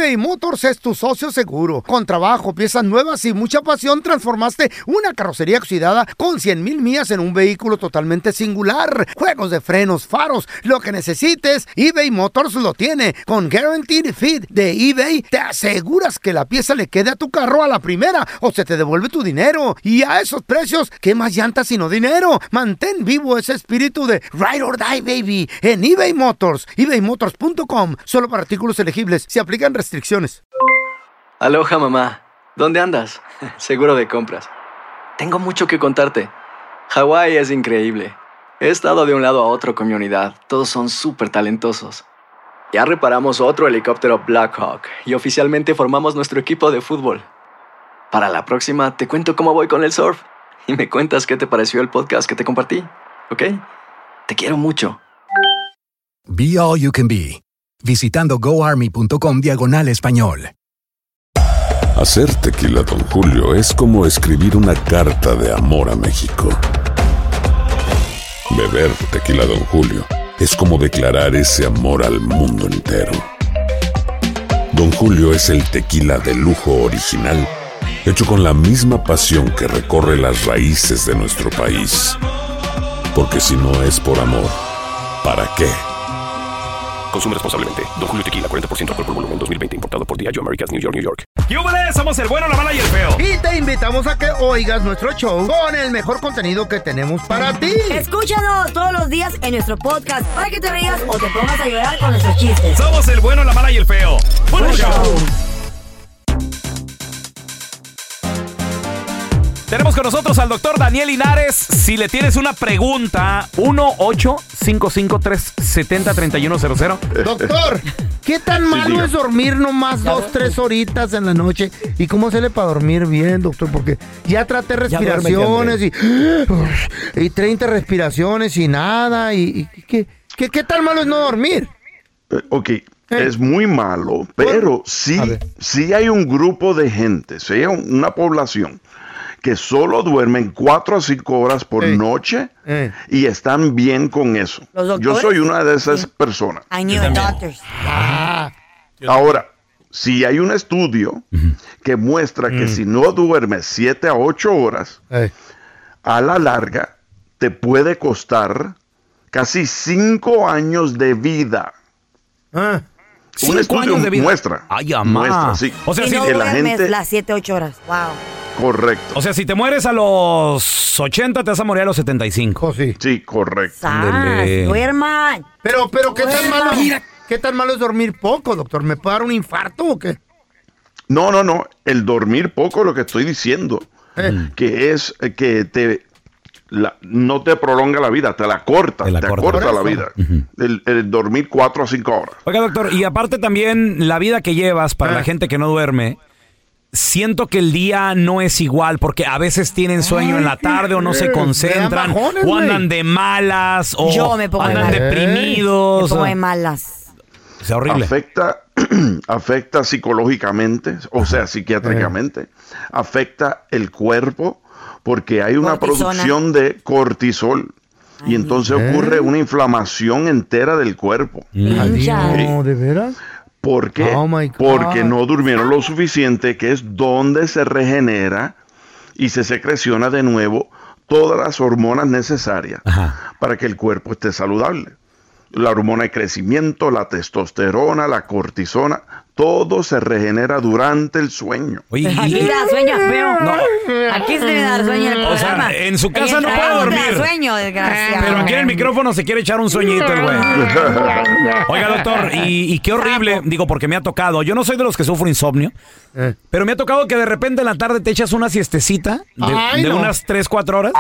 eBay Motors es tu socio seguro. Con trabajo, piezas nuevas y mucha pasión, transformaste una carrocería oxidada con 100,000 millas en un vehículo totalmente singular. Juegos de frenos, faros, lo que necesites, eBay Motors lo tiene. Con Guaranteed Fit de eBay, te aseguras que la pieza le quede a tu carro a la primera o se te devuelve tu dinero. Y a esos precios, ¿qué más llantas sino dinero? Mantén vivo ese espíritu de Ride or Die, baby, en eBay Motors. ebaymotors.com. Solo para artículos elegibles. Se aplican restricciones. Aloha, mamá. ¿Dónde andas? Seguro de compras. Tengo mucho que contarte. Hawái es increíble. He estado de un lado a otro con mi unidad. Todos son súper talentosos. Ya reparamos otro helicóptero Blackhawk y oficialmente formamos nuestro equipo de fútbol. Para la próxima te cuento cómo voy con el surf y me cuentas qué te pareció el podcast que te compartí, ¿ok? Te quiero mucho. Be All You Can Be, visitando goarmy.com/español. Hacer tequila Don Julio es como escribir una carta de amor a México. Beber tequila Don Julio es como declarar ese amor al mundo entero. Don Julio es el tequila de lujo original, hecho con la misma pasión que recorre las raíces de nuestro país. Porque si no es por amor, ¿para qué? Consume responsablemente. Don Julio Tequila, 40% alcohol por volumen, 2020. Importado por Diageo Americas, New York, New York. ¡Yúbales! Somos el bueno, la mala y el feo. Y te invitamos a que oigas nuestro show con el mejor contenido que tenemos para ti. Escúchanos todos los días en nuestro podcast para que te rías o te pongas a llorar con nuestros chistes. Somos el bueno, la mala y el feo. ¡Buen show! Tenemos con nosotros al doctor Daniel Linares. Si le tienes una pregunta, 1-855-370-3100. Doctor, ¿qué tan malo es dormir nomás 2-3 horitas en la noche? ¿Y cómo hacerle para dormir bien, doctor? Porque ya traté respiraciones y 30 respiraciones y nada. ¿Qué tan malo es no dormir? Ok, es muy malo, pero sí hay un grupo de gente, sí hay una población que solo duermen 4 a 5 horas por noche y están bien con eso. Yo soy una de esas personas. I knew doctors. Ahora, si hay un estudio que muestra que si no duermes 7 a 8 horas, a la larga te puede costar casi 5 años de vida. Un estudio muestra. Muestra, sí. O sea, si no duermes las 7-8 horas. Wow. Correcto. O sea, si te mueres a los 80, te vas a morir a los 75. Sí, correcto. Duerman. Pero ¿qué tan malo es dormir poco, doctor? ¿Me puede dar un infarto o qué? No. El dormir poco, lo que estoy diciendo, que es que no te prolonga la vida, te la corta la vida. El dormir 4 a 5 horas. Oiga, doctor, y aparte también la vida que llevas para la gente que no duerme, siento que el día no es igual porque a veces tienen sueño en la tarde o no se concentran o andan de malas o andan deprimidos. Me pongo de malas. Es horrible. Afecta psicológicamente, o sea, psiquiátricamente. Afecta el cuerpo porque hay una producción de cortisol. Y entonces ocurre una inflamación entera del cuerpo. No, ¿de veras? ¿Por qué? Porque no durmieron lo suficiente, que es donde se regenera y se secreciona de nuevo todas las hormonas necesarias para que el cuerpo esté saludable. La hormona de crecimiento, la testosterona, la cortisona, todo se regenera durante el sueño. Oye, aquí te da sueño, feo. No. Aquí se me da sueño el programa. O sea, en su casa no puede dormir. Te da sueño, desgraciado. Pero aquí en el micrófono se quiere echar un sueñito el güey. Oiga, doctor, y qué horrible, digo, porque me ha tocado. Yo no soy de los que sufro insomnio, pero me ha tocado que de repente en la tarde te echas una siestecita de unas 3-4 horas.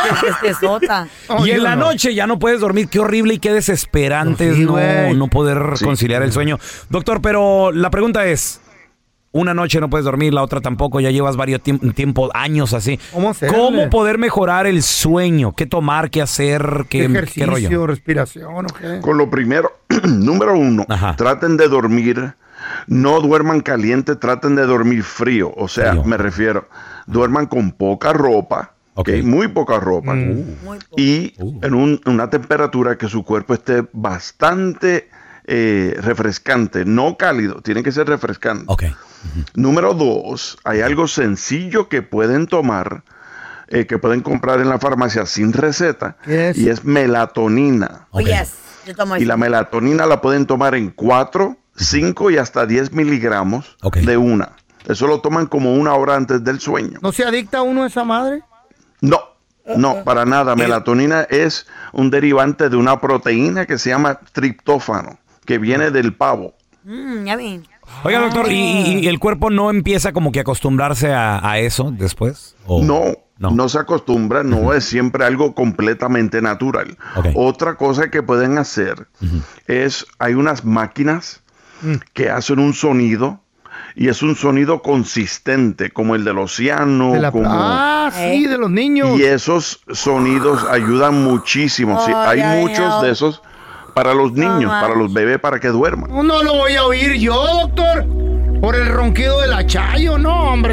Y en la noche ya no puedes dormir. Qué horrible y qué desesperante es no poder conciliar el sueño. Doctor, pero la pregunta es, una noche no puedes dormir, la otra tampoco, ya llevas varios tiempo, años así. ¿Cómo poder mejorar el sueño? ¿Qué tomar? ¿Qué hacer? ¿Qué rollo? ¿Respiración o qué? Con lo primero, número 1, traten de dormir, no duerman caliente, traten de dormir frío. O sea, me refiero, duerman con poca ropa. Muy poca ropa. Y en una temperatura que su cuerpo esté bastante refrescante, no cálido, tiene que ser refrescante. Okay. Número 2, hay algo sencillo que pueden tomar, que pueden comprar en la farmacia sin receta, y es melatonina. Okay. Yo tomo y la melatonina la pueden tomar en 4, 5 y hasta 10 miligramos de una. Eso lo toman como 1 hora antes del sueño. ¿No se adicta uno a esa madre? No, para nada. Melatonina es un derivante de una proteína que se llama triptófano, que viene del pavo. Ya vi. Oiga, doctor, ¿y el cuerpo no empieza como que a acostumbrarse a eso después? ¿O? No se acostumbra, no es siempre algo completamente natural. Otra cosa que pueden hacer es, hay unas máquinas que hacen un sonido, y es un sonido consistente, como el del océano. Sí, de los niños. Y esos sonidos ayudan muchísimo. Sí, hay muchos de esos para los niños, para los bebés, para que duerman. No lo voy a oír yo, doctor. Por el ronquido de la Chayo, no, hombre.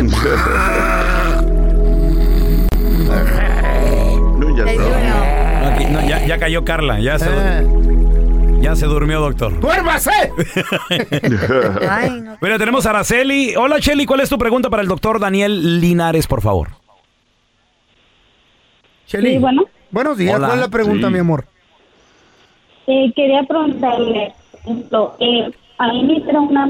Ya cayó Carla, ya se durmió, doctor. ¡Duérmase! Mira, tenemos a Araceli. Hola, Cheli, ¿cuál es tu pregunta para el doctor Daniel Linares, por favor? Cheli. Sí, bueno. Buenos días, Hola. ¿cuál es la pregunta, mi amor? Quería preguntarle, a mí me hicieron una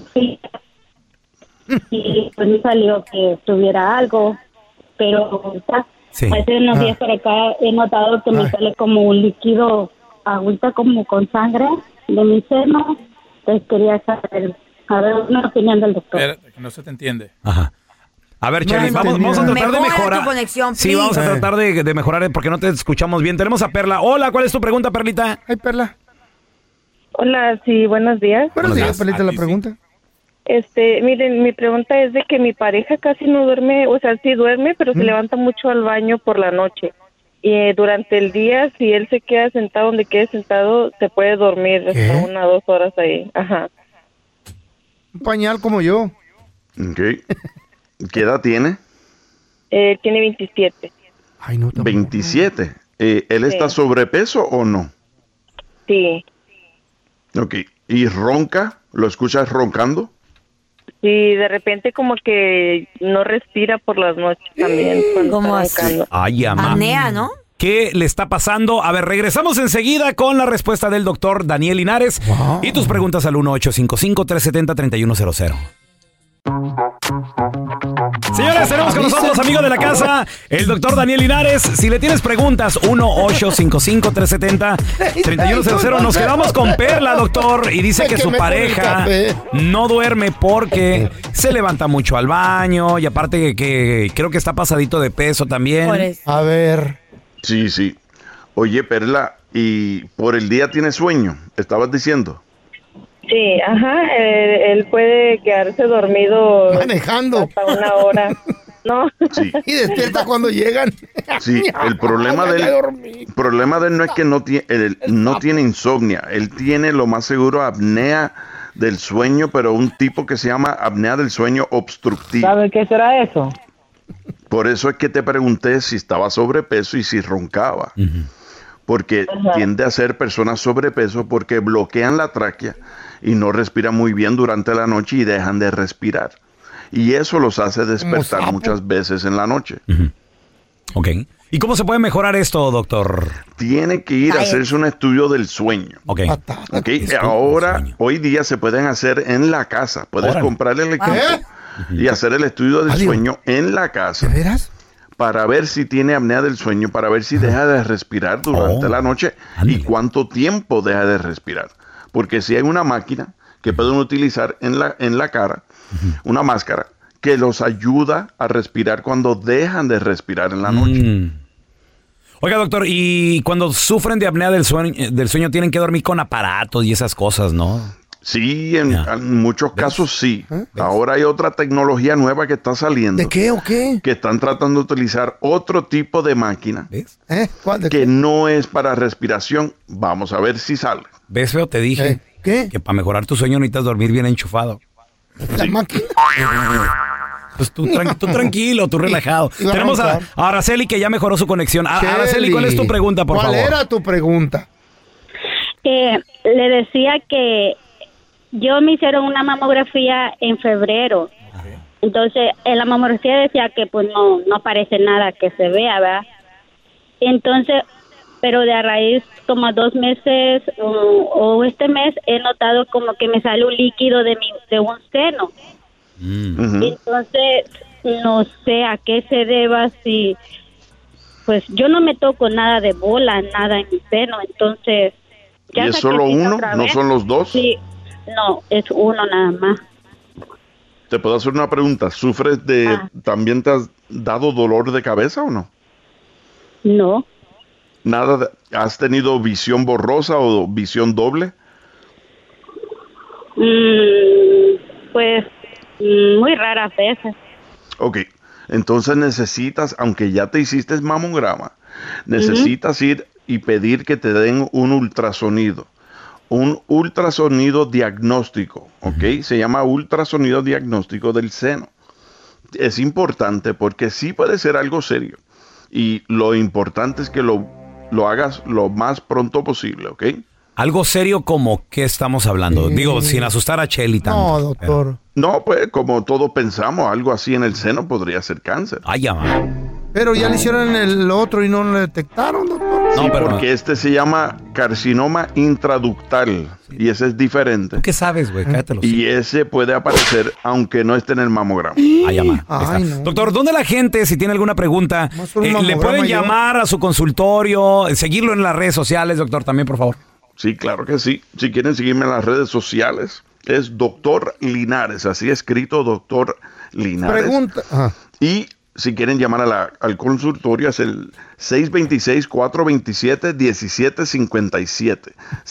y pues me salió que tuviera algo, pero hace unos días por acá he notado que me sale como un líquido, agüita como con sangre de mi seno. Entonces quería saber, una opinión del doctor. Espérate, que no se te entiende. Ajá. A ver, Cheli, vamos a tratar de mejorar. Tu conexión, sí, vamos a tratar de mejorar porque no te escuchamos bien. Tenemos a Perla. Hola, ¿cuál es tu pregunta, Perlita? Ay, Perla. Hola, sí, buenos días. Buenos días, Perlita, la pregunta. Miren, mi pregunta es de que mi pareja casi no duerme, o sea, sí duerme, pero se levanta mucho al baño por la noche. Y durante el día, si él se queda sentado donde quede sentado, se puede dormir hasta 1 o 2 horas ahí. Ajá. Un pañal como yo. Okay. ¿Qué edad tiene? Tiene 27. Ay, no, 27. ¿Él está sobrepeso o no? Sí. Ok. ¿Y ronca? ¿Lo escuchas roncando? Sí, de repente como que no respira por las noches también. ¿Cómo así? Ay, apnea, ¿no? ¿Qué le está pasando? A ver, regresamos enseguida con la respuesta del doctor Daniel Linares y tus preguntas al 1-855-370-3100. Señores, tenemos con nosotros, amigo de la casa, el doctor Daniel Linares. Si le tienes preguntas, 1-855-370-3100. Nos quedamos con Perla, doctor, y dice que su pareja no duerme porque se levanta mucho al baño y aparte que creo que está pasadito de peso también. A ver. Sí. Oye, Perla, ¿y por el día tiene sueño? ¿Estabas diciendo? Sí, él puede quedarse dormido manejando hasta 1 hora. No. Sí. Y despierta cuando llegan. Sí, el problema de él no es que no tiene insomnia, él tiene lo más seguro apnea del sueño, pero un tipo que se llama apnea del sueño obstructiva. ¿Sabe qué será eso? Por eso es que te pregunté si estaba sobrepeso y si roncaba. Porque tiende a ser personas sobrepeso porque bloquean la tráquea y no respiran muy bien durante la noche y dejan de respirar. Y eso los hace despertar muchas veces en la noche. Ok. ¿Y cómo se puede mejorar esto, doctor? Tiene que ir a hacerse un estudio del sueño. Ok. Ahora, hoy día se pueden hacer en la casa. Puedes comprar el equipo y hacer el estudio del sueño en la casa. ¿De veras? Para ver si tiene apnea del sueño, para ver si deja de respirar durante la noche y cuánto tiempo deja de respirar. Porque si hay una máquina que pueden utilizar en la cara, una máscara, que los ayuda a respirar cuando dejan de respirar en la noche. Oiga, doctor, y cuando sufren de apnea del sueño tienen que dormir con aparatos y esas cosas, ¿no? Sí, en muchos casos sí. Ahora hay otra tecnología nueva que está saliendo. ¿De qué o qué? Que están tratando de utilizar otro tipo de máquina. ¿Ves? Que no es para respiración. Vamos a ver si sale. ¿Ves, feo? Te dije que para mejorar tu sueño necesitas dormir bien enchufado. La máquina. Pues tú tranquilo, tú relajado. Tenemos a Araceli que ya mejoró su conexión. Araceli, ¿cuál es tu pregunta, por favor? ¿Cuál era tu pregunta? que le decía que yo me hicieron una mamografía en febrero. Entonces, en la mamografía decía que pues no parece nada que se vea, ¿verdad? Entonces, pero de a raíz como 2 meses o este mes he notado como que me sale un líquido de un seno. Entonces, no sé a qué se deba, si pues yo no me toco nada de bola, nada en mi seno, entonces... ¿Y es solo uno? ¿No son los dos? Sí, no, es uno nada más. Te puedo hacer una pregunta. ¿Sufres de... ¿También te has dado dolor de cabeza o no? No. ¿Nada? ¿Has tenido visión borrosa o visión doble? Pues muy raras veces. Ok, entonces necesitas, aunque ya te hiciste mamograma, necesitas ir y pedir que te den un ultrasonido diagnóstico, ¿ok? Se llama ultrasonido diagnóstico del seno. Es importante porque sí puede ser algo serio y lo importante es que lo hagas lo más pronto posible, ¿ok? Algo serio como ¿qué estamos hablando? Digo, sin asustar a Chely tanto. No, doctor. No, pues como todos pensamos, algo así en el seno podría ser cáncer. Ay, ya. Pero ya le hicieron el otro y no lo detectaron, doctor. Sí, porque este se llama carcinoma intraductal y ese es diferente. ¿Qué sabes, güey? Cállate los Y ese puede aparecer aunque no esté en el mamograma. Ay, no. Doctor, ¿dónde la gente, si tiene alguna pregunta, le pueden llamar a su consultorio, seguirlo en las redes sociales, doctor, también, por favor? Sí, claro que sí. Si quieren seguirme en las redes sociales, es Dr. Linares, así escrito, Dr. Linares. Pregunta. Y si quieren llamar al consultorio, es el 626-427-1757.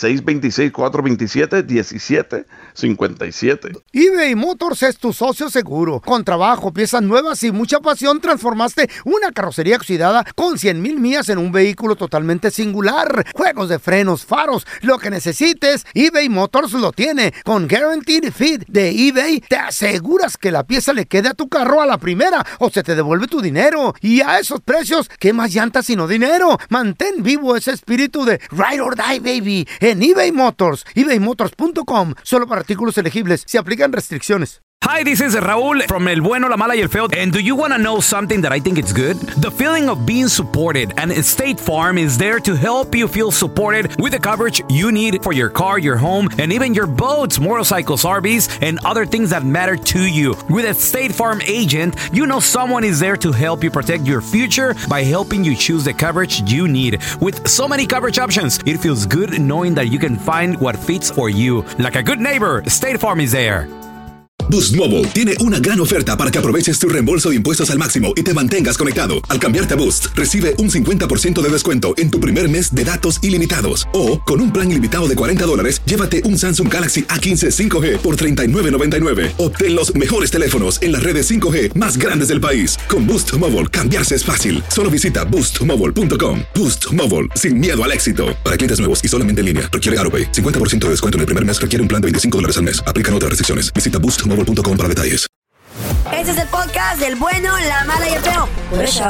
626-427-1757. eBay Motors es tu socio seguro. Con trabajo, piezas nuevas y mucha pasión, transformaste una carrocería oxidada con 100,000 millas en un vehículo totalmente singular. Juegos de frenos, faros, lo que necesites, eBay Motors lo tiene. Con Guaranteed Fit de eBay, te aseguras que la pieza le quede a tu carro a la primera o se te devuelve tu dinero. Y a esos precios, ¿qué más llantas sino dinero? Mantén vivo ese espíritu de Ride or Die, baby, en eBay Motors. ebaymotors.com. Solo para artículos elegibles. Se aplican restricciones. Hi, this is Raúl from El Bueno, La Mala y El Feo. And do you want to know something that I think it's good? The feeling of being supported. And State Farm is there to help you feel supported with the coverage you need for your car, your home, and even your boats, motorcycles, RVs, and other things that matter to you. With a State Farm agent, you know someone is there to help you protect your future by helping you choose the coverage you need. With so many coverage options, it feels good knowing that you can find what fits for you. Like a good neighbor, State Farm is there. Boost Mobile tiene una gran oferta para que aproveches tu reembolso de impuestos al máximo y te mantengas conectado. Al cambiarte a Boost, recibe un 50% de descuento en tu primer mes de datos ilimitados. O, con un plan ilimitado de $40, llévate un Samsung Galaxy A15 5G por $39.99. Obtén los mejores teléfonos en las redes 5G más grandes del país. Con Boost Mobile, cambiarse es fácil. Solo visita boostmobile.com. Boost Mobile, sin miedo al éxito. Para clientes nuevos y solamente en línea, requiere AutoPay. 50% de descuento en el primer mes requiere un plan de $25 al mes. Aplican otras restricciones. Visita boostmobile.com para detalles. Este es el podcast del Bueno, La Mala y El Feo. Por eso.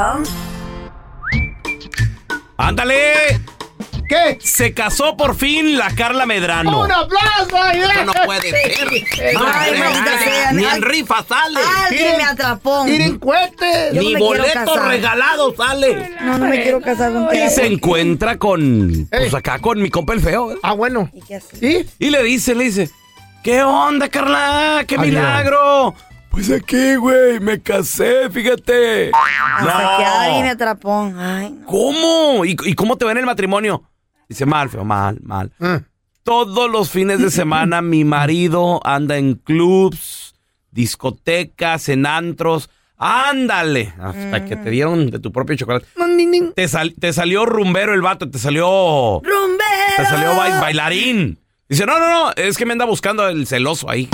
¡Ándale! ¿Qué? Se casó por fin la Carla Medrano. ¡Un aplauso! Eso no puede ser. Ay, maldita sea. Ni en rifa sale. Alguien me atrapó. ¡Tiren cohetes! Ni boleto regalado sale. No me quiero casar con Y se encuentra con, pues acá con mi compa el Feo. Ah, bueno. ¿Y qué hace? ¿Sí? Y le dice, ¿qué onda, Carla? ¡Qué milagro! Pues aquí, güey, me casé, fíjate. Hasta que alguien me atrapó. Ay, no. ¿Cómo? ¿Y cómo te va en el matrimonio? Dice, mal, Feo, mal. Todos los fines de semana mi marido anda en clubs, discotecas, en antros. ¡Ándale! Hasta que te dieron de tu propio chocolate. Te salió rumbero el vato, te salió... ¡Rumbero! Te salió bailarín. Dice, no, es que me anda buscando el celoso ahí.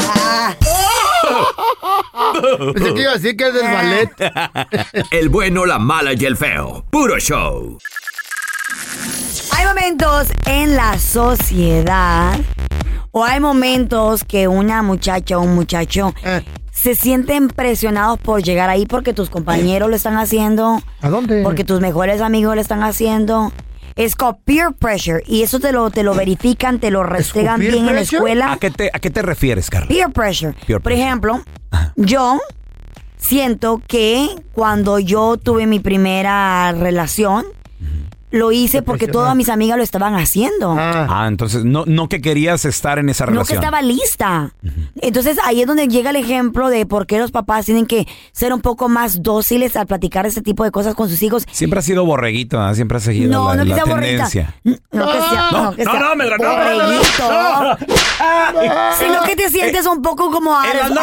Pensé que iba a decir que es del ballet. El Bueno, La Mala y El Feo. Puro show. Hay momentos en la sociedad o hay momentos que una muchacha o un muchacho se sienten presionados por llegar ahí porque tus compañeros lo están haciendo. ¿A dónde? Porque tus mejores amigos lo están haciendo. Es called peer pressure. Y eso te lo verifican, te lo restregan bien en la escuela. ¿A qué te refieres, Carla? Peer pressure. Por ejemplo, yo siento que cuando yo tuve mi primera relación, lo hice porque todas mis amigas lo estaban haciendo. Entonces no que querías estar en esa relación. No que estaba lista. Entonces ahí es donde llega el ejemplo de por qué los papás tienen que ser un poco más dóciles al platicar este tipo de cosas con sus hijos. Siempre has sido borreguito, ¿eh? Siempre has seguido la tendencia. No, me ganó. Borreguito. Sino que te sientes un poco como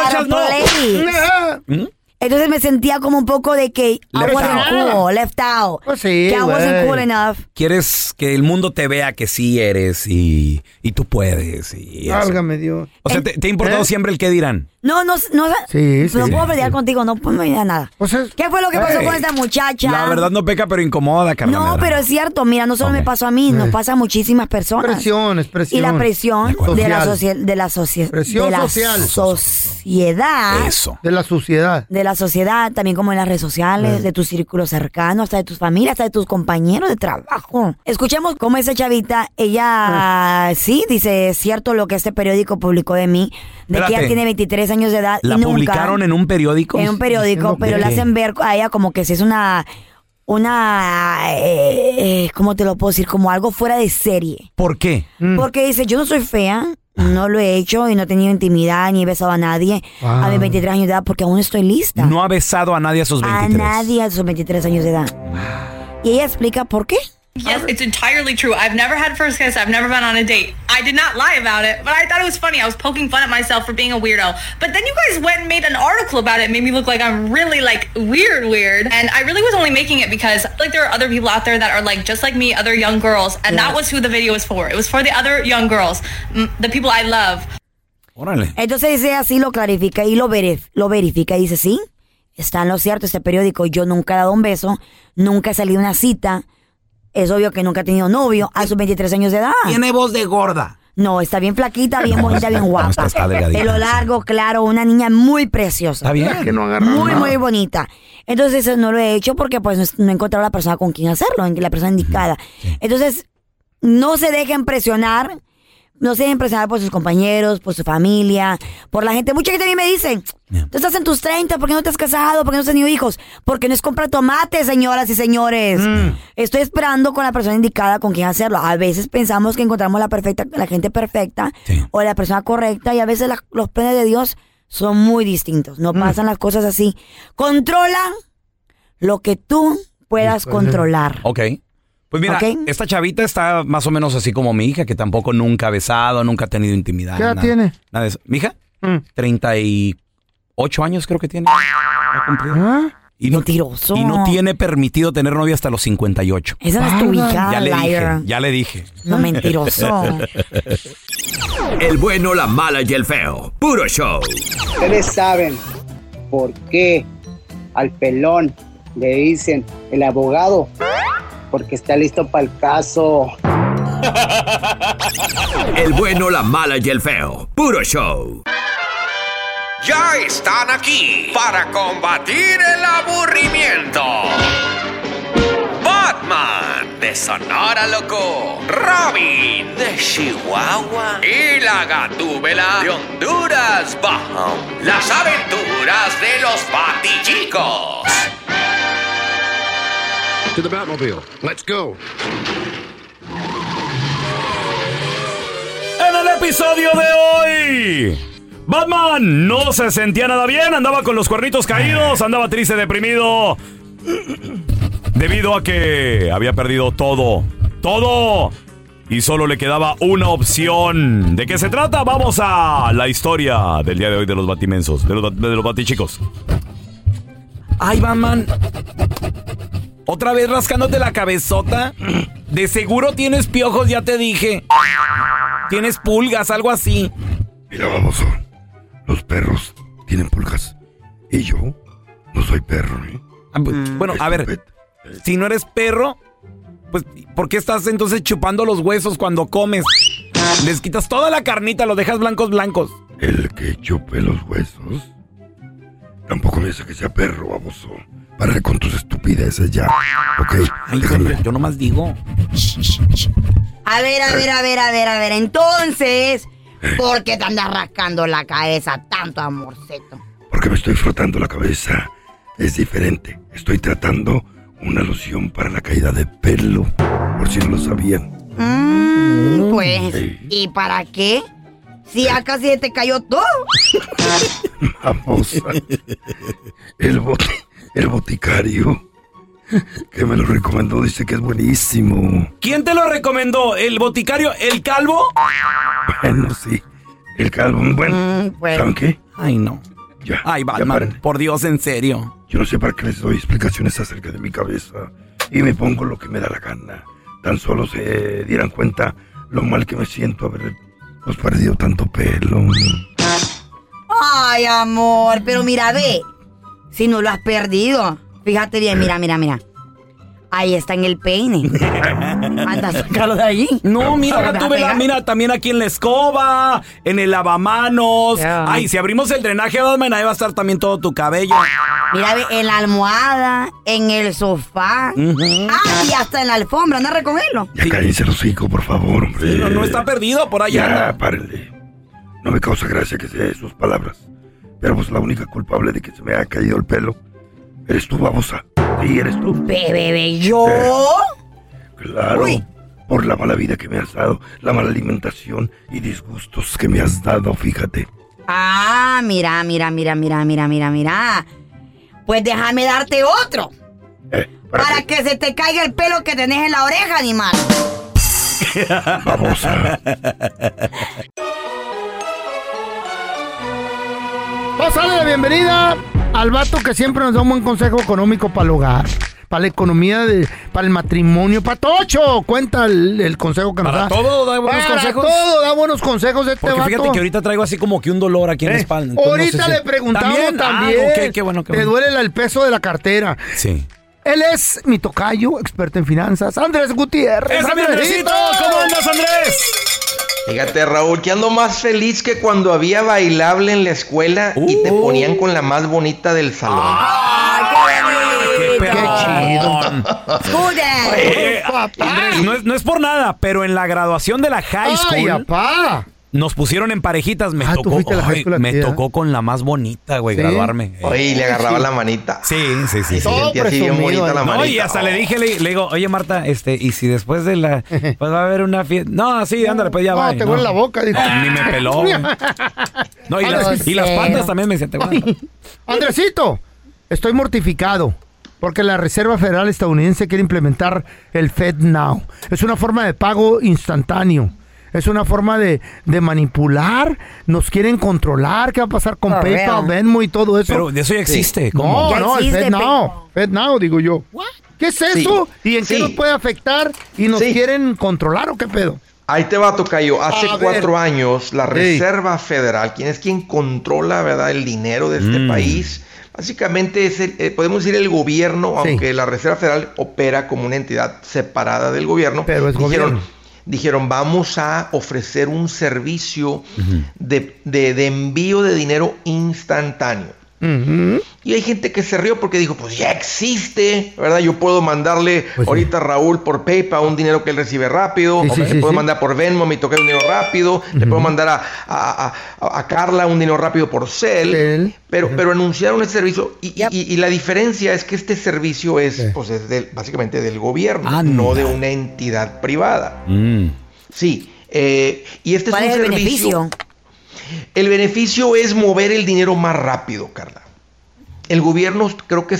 Entonces me sentía como un poco de que I wasn't cool, left out. Pues sí, que I wasn't cool enough. Quieres que el mundo te vea que sí eres y tú puedes. Válgame Dios. O sea, ¿te ha importado siempre el qué dirán? No puedo pelear contigo, no me da nada. ¿Qué fue lo que pasó con esta muchacha? La verdad no peca, pero incomoda, Carla. No, pero es cierto, mira, no solo me pasó a mí, nos pasa a muchísimas personas. Presión. Y la presión de la sociedad. Presión social. Eso. De la sociedad. De la sociedad, también como en las redes sociales, de tu círculo cercano, hasta de tus familias, hasta de tus compañeros de trabajo. Escuchemos cómo esa chavita, ella sí dice, es cierto lo que este periódico publicó de mí, de que ella tiene 23 años de edad. ¿La y nunca, publicaron en un periódico? En un periódico, pero le hacen ver a ella como que si es una ¿cómo te lo puedo decir? Como algo fuera de serie. ¿Por qué? Porque dice, yo no soy fea, no lo he hecho y no he tenido intimidad ni he besado a nadie a mis 23 años de edad porque aún estoy lista. No ha besado a nadie a sus 23. A nadie a sus 23 años de edad. Y ella explica por qué. Yes, it's entirely true. I've never had first kiss. I've never been on a date. I did not lie about it, but I thought it was funny. I was poking fun at myself for being a weirdo. But then you guys went and made an article about it. It made me look like I'm really like weird. And I really was only making it because like there are other people out there that are like just like me, other young girls. And that was who the video was for. It was for the other young girls, the people I love. Órale. Entonces ella así lo clarifica y lo verifica y dice, sí, está en lo cierto este periódico. Yo nunca he dado un beso, nunca he salido a una cita. Es obvio que nunca ha tenido novio a sus 23 años de edad. Tiene voz de gorda. No, está bien flaquita, bien bonita, bien guapa. Pelo largo, claro, una niña muy preciosa. Está bien. Que no muy bonita. Entonces eso no lo he hecho porque pues no he encontrado la persona con quien hacerlo, la persona indicada. Entonces, no se dejen presionar. No se dejen presionar por sus compañeros, por su familia, por la gente. Mucha gente a mí me dice, tú estás en tus 30, ¿por qué no te has casado? ¿Por qué no has tenido hijos? Porque no es comprar tomates, señoras y señores. Estoy esperando con la persona indicada con quien hacerlo. A veces pensamos que encontramos la gente perfecta o la persona correcta y a veces los planes de Dios son muy distintos. No pasan las cosas así. Controla lo que tú puedas controlar. Ok. Pues mira, esta chavita está más o menos así como mi hija, que tampoco nunca ha besado, nunca ha tenido intimidad. ¿Qué edad tiene? Nada de eso. ¿Mi hija? 38 años creo que tiene. Y mentiroso. Y no tiene permitido tener novia hasta los 58. Esa no es tu hija, ya le dije. No, mentiroso. El bueno, la mala y el feo. Puro show. Ustedes saben por qué al pelón le dicen el abogado. Porque está listo para el caso. El bueno, la mala y el feo. Puro show. Ya están aquí para combatir el aburrimiento. Batman de Sonora Loco, Robin de Chihuahua y la Gatúbela de Honduras Bajo. Las aventuras de los Batichicos. To the Batmobile. Let's go. En el episodio de hoy, Batman no se sentía nada bien, andaba con los cuernitos caídos, andaba triste, deprimido, debido a que había perdido todo, y solo le quedaba una opción. ¿De qué se trata? Vamos a la historia del día de hoy de los batimensos, de los batichicos. Ay, Batman, ¿otra vez rascándote la cabezota? De seguro tienes piojos, ya te dije. Tienes pulgas, algo así. Mira, baboso, los perros tienen pulgas. Y yo no soy perro, ¿eh? Bueno, a ver, si no eres perro, pues, ¿por qué estás entonces chupando los huesos cuando comes? Les quitas toda la carnita, los dejas blancos. El que chupe los huesos tampoco me dice que sea perro, baboso. Para con tus estupideces ya, ¿ok? Ay, hombre, yo nomás digo. A ver. Entonces, ¿por qué te andas rascando la cabeza tanto, amorcito? Porque me estoy frotando la cabeza. Es diferente. Estoy tratando una loción para la caída de pelo. Por si no lo sabían. Pues, ¿y para qué? Si ya casi te cayó todo. Vamos. El boticario que me lo recomendó dice que es buenísimo. ¿Quién te lo recomendó? ¿El boticario? ¿El calvo? Bueno, sí. El calvo. Bueno, ¿saben qué? Ay, no. Ya. Ay, Batman, por Dios, en serio. Yo no sé para qué les doy explicaciones acerca de mi cabeza. Y me pongo lo que me da la gana. Tan solo se dieran cuenta lo mal que me siento haber perdido tanto pelo. Ay, amor, pero mira, ve. Si no lo has perdido. Fíjate bien, mira. Ahí está en el peine. Anda, sácalo de ahí. No, mira, mira, también aquí en la escoba, en el lavamanos. Ay, si abrimos el drenaje, Batman, ahí va a estar también todo tu cabello. Mira, en la almohada, en el sofá. Y hasta en la alfombra, anda a recogerlo. Ya cállense el hocico, por favor, hombre. Sí, no está perdido por allá. Ya, párenle. No me causa gracia que sea sus palabras. Pero pues la única culpable de que se me haya caído el pelo eres tú, babosa. Sí, eres tú. ¿Bebé, yo? Claro. Uy. Por la mala vida que me has dado, la mala alimentación y disgustos que me has dado, fíjate. Ah, mira. Pues déjame darte otro. Para que se te caiga el pelo que tenés en la oreja, animal. Babosa. Vamos a darle la bienvenida al vato que siempre nos da un buen consejo económico para el hogar, para la economía, para el matrimonio, para Tocho. Cuenta el consejo que nos da. Para todo da buenos consejos. Para todo da buenos consejos de este vato. Porque fíjate que ahorita traigo así como que un dolor aquí en la espalda. Ahorita no sé le preguntamos también. Okay, qué bueno. Te duele el peso de la cartera. Sí. Él es mi tocayo, experto en finanzas, Andrés Gutiérrez. ¡Ese Andresito! ¿Cómo andas, Andrés? Fíjate, Raúl, que ando más feliz que cuando había bailable en la escuela y te ponían con la más bonita del salón. ¡Qué chido! Andrés, no es por nada, pero en la graduación de la high school nos pusieron en parejitas. Me tocó con la más bonita, güey, graduarme. Oye, le agarraba la manita. Sí. Sentía así bien bonita la manita. Y hasta le dije, le digo, oye, Marta, y si después de la... pues va a haber una fiesta... No, sí, ándale, pues ya va. No, te huele la boca, dijo. Ni me peló. No, y las patas también me decían, te huele. Andresito, estoy mortificado porque la Reserva Federal estadounidense quiere implementar el FedNow. Es una forma de pago instantáneo. Es una forma de manipular. Nos quieren controlar. ¿Qué va a pasar con PayPal, Venmo y todo eso? Pero de eso ya existe. ¿Cómo? No, el FedNow. FedNow, digo yo. ¿Qué es eso? ¿Y en qué nos puede afectar? ¿Y nos quieren controlar o qué pedo? Ahí te va, tocayo. Hace 4 años, la Reserva Federal, quien controla, ¿verdad?, el dinero de este país, básicamente es podemos decir el gobierno, aunque la Reserva Federal opera como una entidad separada del gobierno. Pero es gobierno. Dijeron, vamos a ofrecer un servicio de envío de dinero instantáneo. Y hay gente que se rió porque dijo, pues ya existe, ¿verdad? Yo puedo mandarle ahorita a Raúl por PayPal un dinero que él recibe rápido, le puedo mandar por Venmo, me toca un dinero rápido, le puedo mandar a Carla un dinero rápido por Zelle, pero anunciaron este servicio y la diferencia es que este servicio es, pues, básicamente del gobierno, no de una entidad privada. Sí, y este es un servicio... beneficio? El beneficio es mover el dinero más rápido, Carla. El gobierno creo que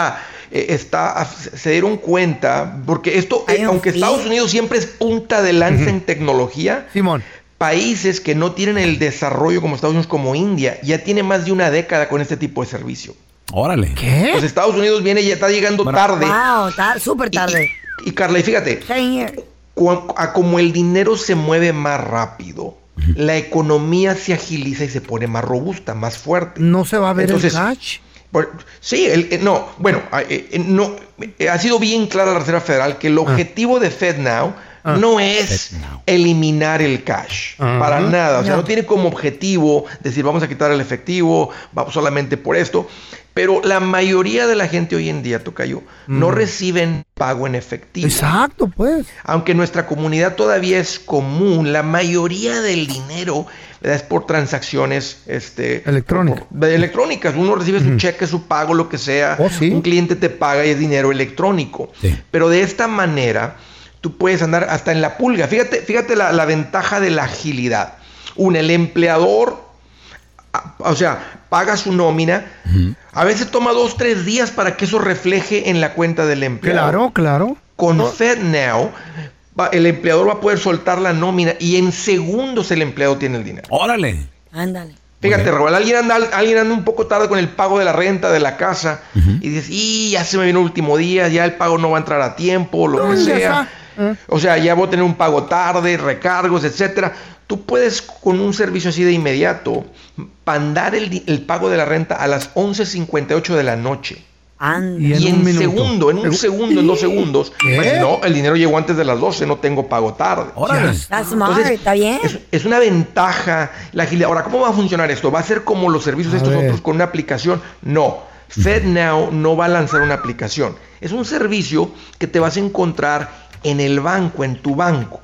se dieron cuenta, porque esto, aunque Estados Unidos siempre es punta de lanza en tecnología, países que no tienen el desarrollo como Estados Unidos, como India, ya tiene más de una década con este tipo de servicio. Órale. ¿Qué? Pues Estados Unidos ya está llegando tarde. Wow, está súper tarde. Y Carla, y fíjate, como el dinero se mueve más rápido, la economía se agiliza y se pone más robusta, más fuerte. ¿No se va a ver el catch? Sí, ha sido bien clara la Reserva Federal que el objetivo de FedNow no es eliminar el cash, para nada. O sea, no tiene como objetivo decir vamos a quitar el efectivo, vamos solamente por esto. Pero la mayoría de la gente hoy en día, tocayo, no reciben pago en efectivo. Exacto, pues. Aunque en nuestra comunidad todavía es común, la mayoría del dinero, ¿verdad?, es por transacciones electrónicas. Uno recibe su cheque, su pago, lo que sea. Un cliente te paga y es dinero electrónico. Sí. Pero de esta manera, tú puedes andar hasta en la pulga. Fíjate la ventaja de la agilidad. El empleador, o sea, paga su nómina. A veces toma 2-3 días para que eso refleje en la cuenta del empleado. Claro. Con FedNow, el empleador va a poder soltar la nómina y en segundos el empleado tiene el dinero. ¡Órale! Ándale. Fíjate, Raúl, alguien anda un poco tarde con el pago de la renta de la casa y dices, ya se me vino el último día, ya el pago no va a entrar a tiempo, lo que sea. O sea, ya voy a tener un pago tarde, recargos, etcétera. Tú puedes, con un servicio así de inmediato, mandar el pago de la renta a las 11:58 de la noche. Y en un segundo, en 2 segundos, pues no, el dinero llegó antes de las 12, no tengo pago tarde. Está smart, está bien. Es una ventaja la agilidad. Ahora, ¿cómo va a funcionar esto? ¿Va a ser como los servicios estos otros con una aplicación? No. FedNow no va a lanzar una aplicación. Es un servicio que te vas a encontrar en el banco, en tu banco.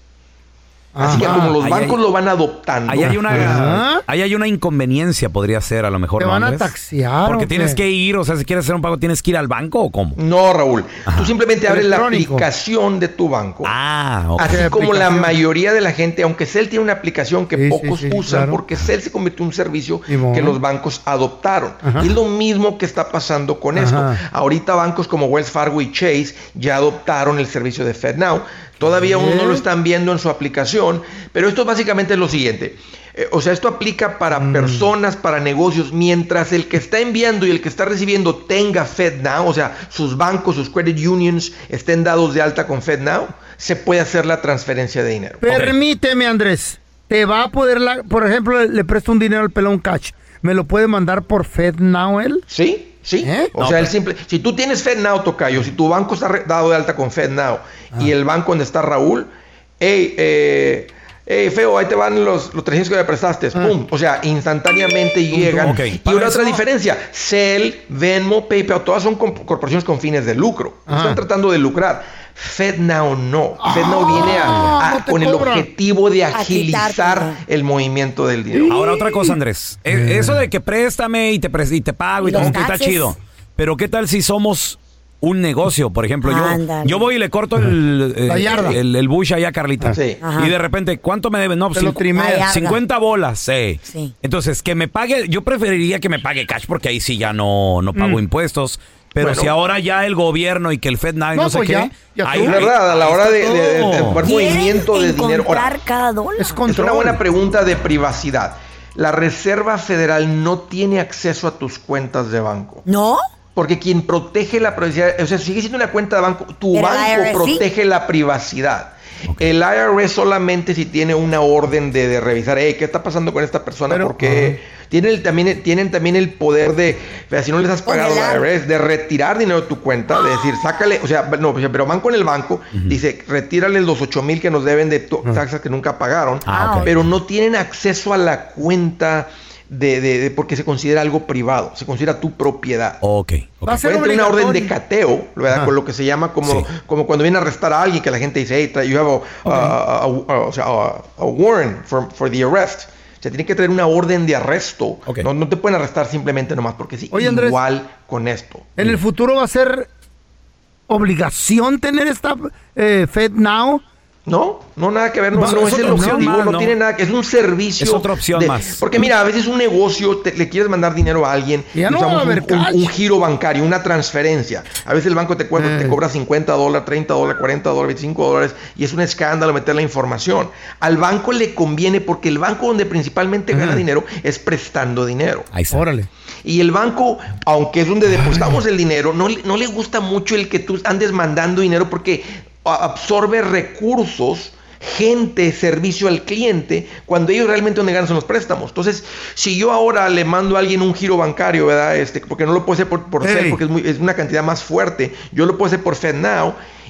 Así que como los bancos lo van adoptando. Ahí hay una inconveniencia, podría ser a lo mejor. ¿Te van a taxiar? Porque tienes que ir, o sea, si quieres hacer un pago, ¿tienes que ir al banco o cómo? No, Raúl. Tú simplemente abres la aplicación de tu banco. Así como la mayoría de la gente, aunque Cell tiene una aplicación que pocos usan, porque Cell se convirtió en un servicio que los bancos adoptaron. Y es lo mismo que está pasando con esto. Ahorita bancos como Wells Fargo y Chase ya adoptaron el servicio de FedNow. Todavía uno no lo están viendo en su aplicación, pero esto básicamente es lo siguiente. O sea, esto aplica para personas, para negocios, mientras el que está enviando y el que está recibiendo tenga FedNow, o sea, sus bancos, sus credit unions estén dados de alta con FedNow, se puede hacer la transferencia de dinero. Permíteme, Andrés, ¿te va a poder, por ejemplo, le presto un dinero al pelón cash, ¿me lo puede mandar por FedNow él? Sí. O sea, si tú tienes FedNow, tocayo, si tu banco está dado de alta con FedNow y el banco donde está Raúl, feo, ahí te van los 300 que me prestaste, pum, o sea, instantáneamente llegan. Y una otra diferencia, Cell, Venmo, PayPal, todas son corporaciones con fines de lucro, están tratando de lucrar. FedNow no. FedNow viene con el objetivo de agilizar el movimiento del dinero. Ahora otra cosa, Andrés. Eso de que préstame y te pago y todo está chido. Pero ¿qué tal si somos un negocio? Por ejemplo, yo voy y le corto el bush allá a Carlita. Y de repente, ¿cuánto me deben? No, 50 bolas. Sí. Entonces, que me pague, yo preferiría que me pague cash porque ahí sí ya no pago impuestos. Pero si ahora ya el gobierno y que el FedNow no sé qué, es verdad, a la hora de movimiento de dinero. Ahora, cada dólar. Es una buena pregunta de privacidad. La Reserva Federal no tiene acceso a tus cuentas de banco. ¿No? Porque quien protege la privacidad, o sea, sigue siendo una cuenta de banco, tu banco protege la privacidad. El IRS solamente si tiene una orden de revisar, ¿qué está pasando con esta persona? Porque tienen también el poder de, si no les has pagado al IRS, de retirar dinero de tu cuenta, de decir, sácale, o sea, no, pero van con el banco, dice, retírale los 8,000 que nos deben de taxas que nunca pagaron, pero no tienen acceso a la cuenta porque se considera algo privado, se considera tu propiedad. Puede tener una orden de cateo, ¿verdad? Con lo que se llama como cuando viene a arrestar a alguien, que la gente dice, hey, you have a warrant for the arrest. O sea, tiene que tener una orden de arresto. No te pueden arrestar simplemente nomás porque sí. Oye, Andrés, igual con esto. ¿En el futuro va a ser obligación tener esta FedNow? No, nada que ver, no es el objetivo, no tiene nada que, es un servicio. Es otra opción más. Porque mira, a veces un negocio, le quieres mandar dinero a alguien, y usamos un giro bancario, una transferencia. A veces el banco te cobra $50, $30, $40, $25, y es un escándalo meter la información. Al banco le conviene porque el banco donde principalmente gana dinero es prestando dinero. Ahí está. Órale. Y el banco, aunque es donde depositamos el dinero, no le gusta mucho el que tú andes mandando dinero porque absorbe recursos, gente, servicio al cliente, cuando ellos realmente donde ganan son los préstamos. Entonces, si yo ahora le mando a alguien un giro bancario, ¿verdad? Porque no lo puedo hacer por Cell, porque es una cantidad más fuerte, yo lo puedo hacer por FedNow,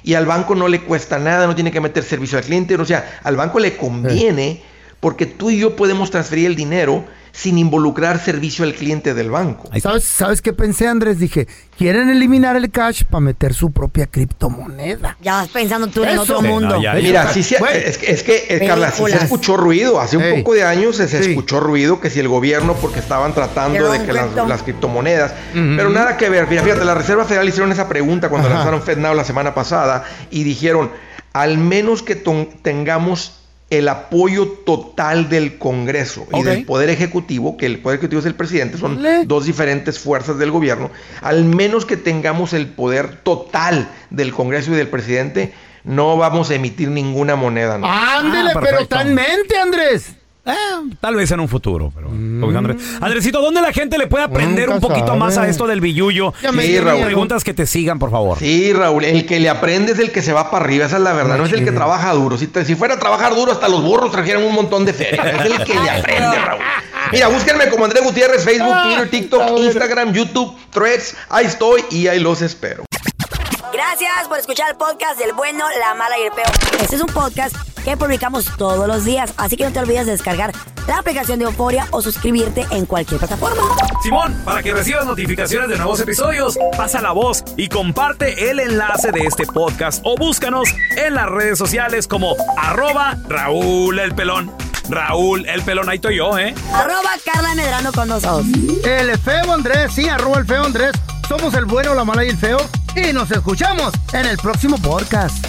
y al banco no le cuesta nada, no tiene que meter servicio al cliente, o sea, al banco le conviene porque tú y yo podemos transferir el dinero sin involucrar servicio al cliente del banco. ¿Sabes qué pensé, Andrés? Dije, quieren eliminar el cash para meter su propia criptomoneda. Ya vas pensando tú en otro mundo. Mira, es que Carla, sí se escuchó ruido. Hace un poco de años se escuchó ruido que si el gobierno, porque estaban tratando de que las criptomonedas, pero nada que ver. Fíjate, la Reserva Federal hicieron esa pregunta cuando lanzaron FedNow la semana pasada y dijeron, al menos que tengamos el apoyo total del Congreso y del Poder Ejecutivo, que el Poder Ejecutivo es el presidente, son dos diferentes fuerzas del gobierno, al menos que tengamos el poder total del Congreso y del presidente, no vamos a emitir ninguna moneda. ¿No? Ándele, pero tan mente, Andrés. Tal vez en un futuro, pero Andresito, ¿dónde la gente le puede aprender un poquito más a esto del billullo? Sí, Raúl. Preguntas que te sigan, por favor. Sí, Raúl, el que le aprende es el que se va para arriba, esa es la verdad, no es el que trabaja duro. Si fuera a trabajar duro, hasta los burros trajeran un montón de feria. Es el que le aprende, Raúl. Mira, búsquenme como Andrés Gutiérrez, Facebook, Twitter, TikTok, Instagram, YouTube, Threads, ahí estoy y ahí los espero. Gracias por escuchar el podcast del bueno, la mala y el peor. Este es un podcast que publicamos todos los días, así que no te olvides de descargar la aplicación de Euforia o suscribirte en cualquier plataforma. Simón, para que recibas notificaciones de nuevos episodios, pasa la voz y comparte el enlace de este podcast o búscanos en las redes sociales como @Raúl el Pelón. Raúl el Pelón, ahí estoy yo, @Carla Medrano con 2 O's. El feo Andrés, sí, @el feo Andrés. Somos el bueno, la mala y el feo. Y nos escuchamos en el próximo podcast.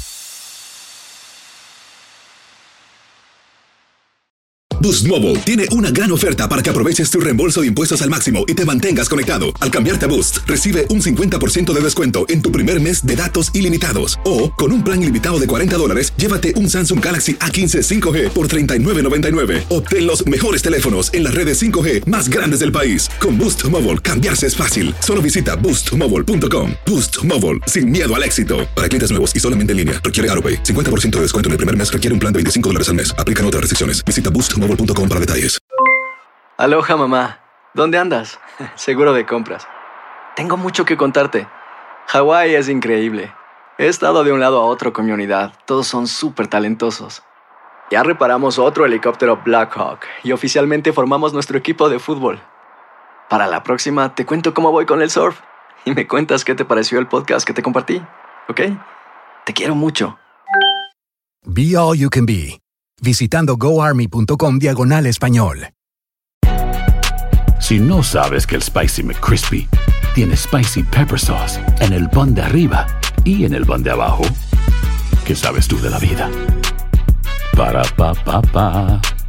Boost Mobile tiene una gran oferta para que aproveches tu reembolso de impuestos al máximo y te mantengas conectado. Al cambiarte a Boost, recibe un 50% de descuento en tu primer mes de datos ilimitados. O, con un plan ilimitado de $40, llévate un Samsung Galaxy A15 5G por $39.99. Obtén los mejores teléfonos en las redes 5G más grandes del país. Con Boost Mobile, cambiarse es fácil. Solo visita boostmobile.com. Boost Mobile, sin miedo al éxito. Para clientes nuevos y solamente en línea, requiere AutoPay. 50% de descuento en el primer mes requiere un plan de $25 al mes. Aplican otras restricciones. Visita boostmobile.com para detalles. Aloha, mamá. ¿Dónde andas? Seguro de compras. Tengo mucho que contarte. Hawái es increíble. He estado de un lado a otro con mi unidad. Todos son súper talentosos. Ya reparamos otro helicóptero Blackhawk y oficialmente formamos nuestro equipo de fútbol. Para la próxima te cuento cómo voy con el surf y me cuentas qué te pareció el podcast que te compartí, ¿ok? Te quiero mucho. Be All You Can Be, visitando goarmy.com/español. Si no sabes que el Spicy McCrispy tiene Spicy Pepper Sauce en el pan de arriba y en el pan de abajo, ¿qué sabes tú de la vida? Para, pa, pa, pa.